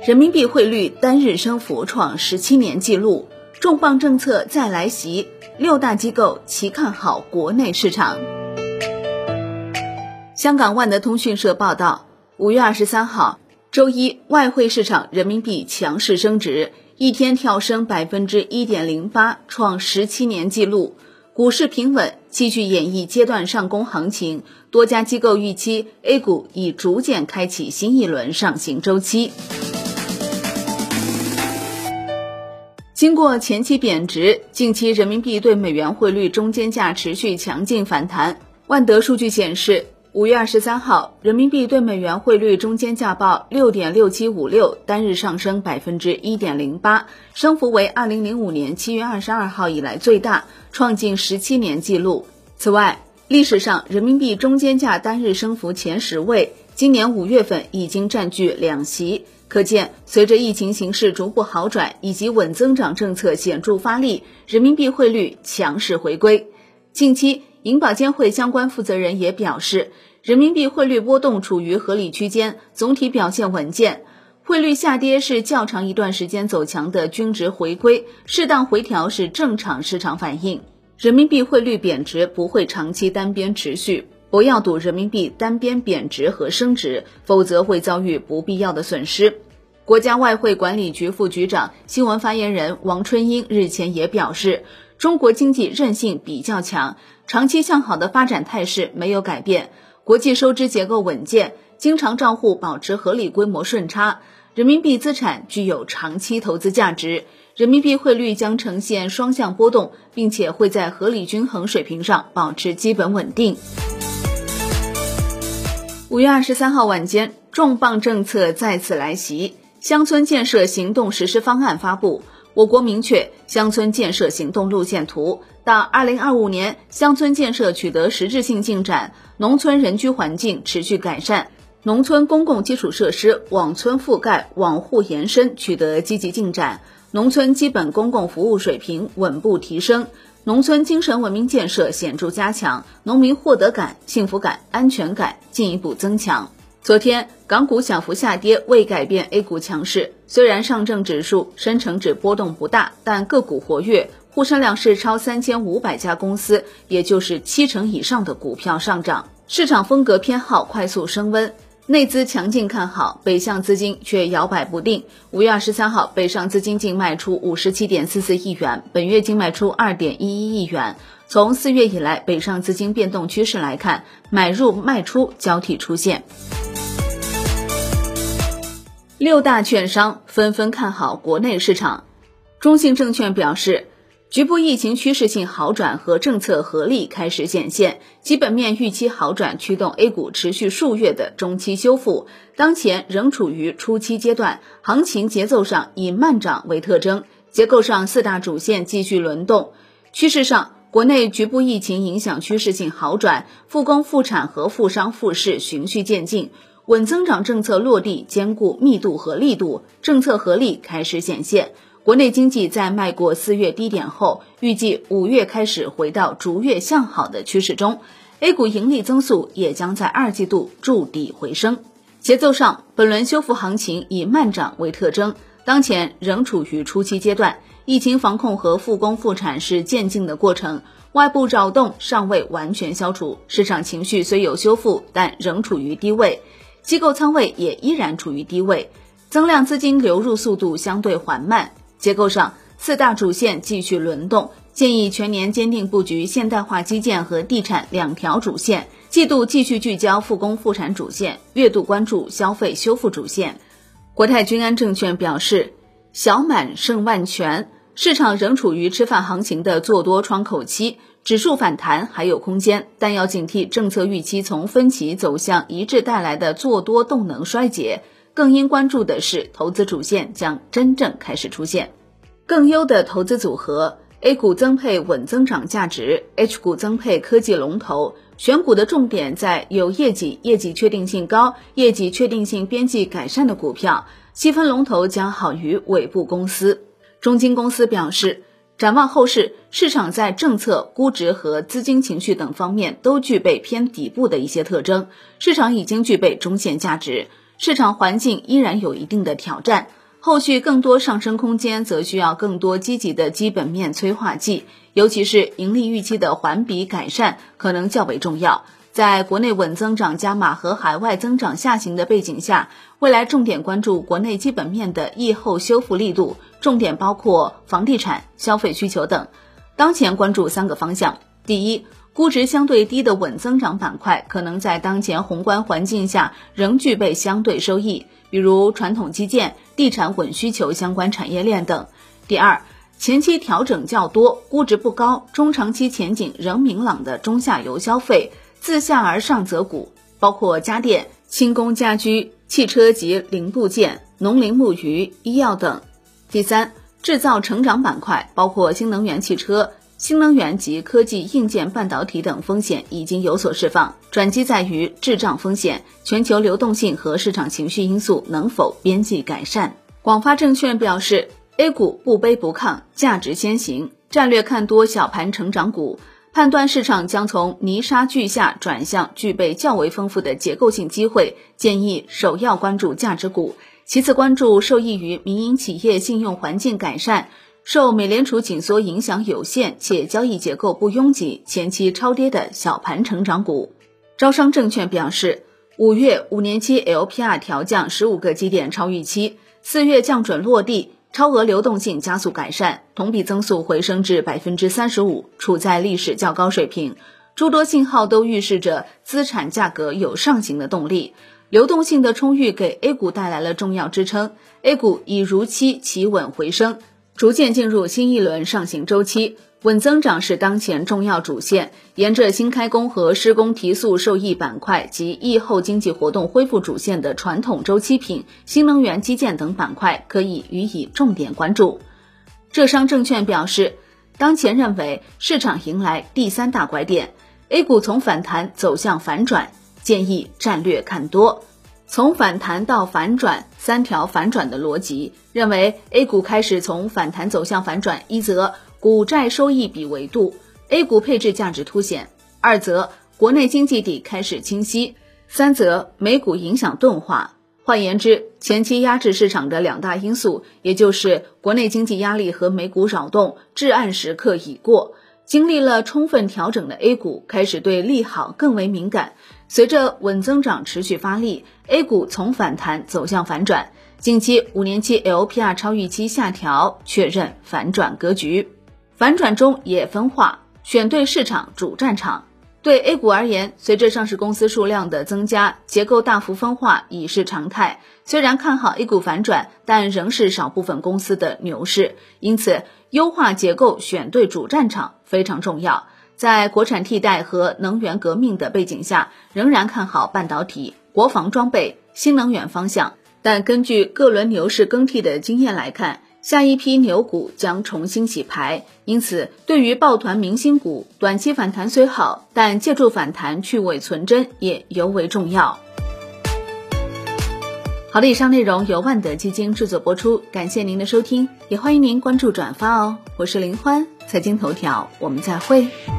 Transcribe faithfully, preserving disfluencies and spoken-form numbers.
人民币汇率单日升幅创十七年纪录，重磅政策再来袭，六大机构齐看好国内市场。香港万德通讯社报道，五月二十三号，周一外汇市场人民币强势升值，一天跳升 百分之一点零八， 创十七年纪录。股市平稳，继续演绎阶段上攻行情，多家机构预期 A 股已逐渐开启新一轮上行周期。经过前期贬值，近期人民币对美元汇率中间价持续强劲反弹。万德数据显示，五月二十三号，人民币对美元汇率中间价报 六点六七五六， 单日上升 百分之一点零八， 升幅为二零零五年七月二十二号以来最大，创近十七年纪录。此外，历史上人民币中间价单日升幅前十位，今年五月份已经占据两席。可见，随着疫情形势逐步好转以及稳增长政策显著发力，人民币汇率强势回归。近期，银保监会相关负责人也表示，人民币汇率波动处于合理区间，总体表现稳健。汇率下跌是较长一段时间走强的均值回归，适当回调是正常市场反应。人民币汇率贬值不会长期单边持续，不要赌人民币单边贬值和升值，否则会遭遇不必要的损失。国家外汇管理局副局长、新闻发言人王春英日前也表示，中国经济韧性比较强，长期向好的发展态势没有改变，国际收支结构稳健，经常账户保持合理规模顺差，人民币资产具有长期投资价值，人民币汇率将呈现双向波动，并且会在合理均衡水平上保持基本稳定。五月二十三号晚间，重磅政策再次来袭，乡村建设行动实施方案发布，我国明确乡村建设行动路线图，到二零二五年，乡村建设取得实质性进展，农村人居环境持续改善，农村公共基础设施网村覆盖、网户延伸取得积极进展，农村基本公共服务水平稳步提升，农村精神文明建设显著加强，农民获得感、幸福感、安全感进一步增强。昨天，港股小幅下跌未改变 A 股强势，虽然上证指数、深成指波动不大，但个股活跃，沪深两市超三千五百家公司，也就是七成以上的股票上涨，市场风格偏好快速升温。内资强劲看好，北向资金却摇摆不定。五月二十三号，北上资金净卖出 五十七点四四亿元，本月净卖出 二点一一亿元。从四月以来，北上资金变动趋势来看，买入卖出交替出现。六大券商纷纷看好国内市场。中信证券表示，局部疫情趋势性好转和政策合力开始显现，基本面预期好转驱动 A 股持续数月的中期修复，当前仍处于初期阶段，行情节奏上以慢涨为特征，结构上四大主线继续轮动。趋势上，国内局部疫情影响趋势性好转，复工复产和复商复市循序渐进，稳增长政策落地兼顾密度和力度，政策合力开始显现。国内经济在迈过四月低点后，预计五月开始回到逐月向好的趋势中， A 股盈利增速也将在二季度筑底回升。节奏上，本轮修复行情以慢涨为特征，当前仍处于初期阶段，疫情防控和复工复产是渐进的过程，外部扰动尚未完全消除，市场情绪虽有修复，但仍处于低位，机构仓位也依然处于低位，增量资金流入速度相对缓慢。结构上，四大主线继续轮动，建议全年坚定布局现代化基建和地产两条主线，季度继续聚焦复工复产主线，月度关注消费修复主线。国泰君安证券表示，小满胜万全，市场仍处于吃饭行情的做多窗口期，指数反弹还有空间，但要警惕政策预期从分歧走向一致带来的做多动能衰竭，更应关注的是投资主线将真正开始出现。更优的投资组合， A 股增配稳增长价值， H 股增配科技龙头，选股的重点在有业绩、业绩确定性高、业绩确定性边际改善的股票，细分龙头将好于尾部公司。中金公司表示，展望后市，市场在政策、估值和资金情绪等方面都具备偏底部的一些特征，市场已经具备中线价值，市场环境依然有一定的挑战， 后续更多上升空间则需要更多积极的基本面催化剂，尤其是盈利预期的环比改善可能较为重要。在国内稳增长加码和海外增长下行的背景下，未来重点关注国内基本面的疫后修复力度，重点包括房地产、消费需求等。当前关注三个方向。第一，估值相对低的稳增长板块可能在当前宏观环境下仍具备相对收益，比如传统基建、地产稳需求相关产业链等。第二，前期调整较多，估值不高，中长期前景仍明朗的中下游消费、自下而上择股，包括家电、轻工家居、汽车及零部件、农林牧渔、医药等。第三，制造成长板块，包括新能源汽车、新能源及科技硬件半导体等风险已经有所释放，转机在于滞胀风险、全球流动性和市场情绪因素能否边际改善。广发证券表示， A 股不卑不亢，价值先行，战略看多小盘成长股，判断市场将从泥沙俱下转向具备较为丰富的结构性机会，建议首要关注价值股，其次关注受益于民营企业信用环境改善、受美联储紧缩影响有限且交易结构不拥挤、前期超跌的小盘成长股。招商证券表示，五月五年期 L P R 调降十五个基点超预期，四月降准落地，超额流动性加速改善，同比增速回升至 百分之三十五， 处在历史较高水平。诸多信号都预示着资产价格有上行的动力。流动性的充裕给 A 股带来了重要支撑， A 股已如期企稳回升，逐渐进入新一轮上行周期。稳增长是当前重要主线，沿着新开工和施工提速受益板块及疫后经济活动恢复主线的传统周期品、新能源基建等板块可以予以重点关注。浙商证券表示，当前认为市场迎来第三大拐点， A 股从反弹走向反转，建议战略看多。从反弹到反转，三条反转的逻辑，认为 A 股开始从反弹走向反转，一则股债收益比维度 A 股配置价值凸显，二则国内经济底开始清晰，三则美股影响钝化。换言之，前期压制市场的两大因素，也就是国内经济压力和美股扰动，至暗时刻已过。经历了充分调整的 A 股开始对利好更为敏感，随着稳增长持续发力， A 股从反弹走向反转，近期五年期 L P R 超预期下调，确认反转格局。反转中也分化，选对市场主战场。对 A 股而言，随着上市公司数量的增加，结构大幅分化已是常态。虽然看好 A 股反转，但仍是少部分公司的牛市，因此优化结构选对主战场非常重要。在国产替代和能源革命的背景下，仍然看好半导体、国防装备、新能源方向，但根据各轮牛市更替的经验来看，下一批牛股将重新洗牌，因此对于抱团明星股，短期反弹虽好，但借助反弹去伪存真也尤为重要。好的，以上内容由万德基金制作播出，感谢您的收听，也欢迎您关注转发哦。我是林欢，财经头条，我们再会。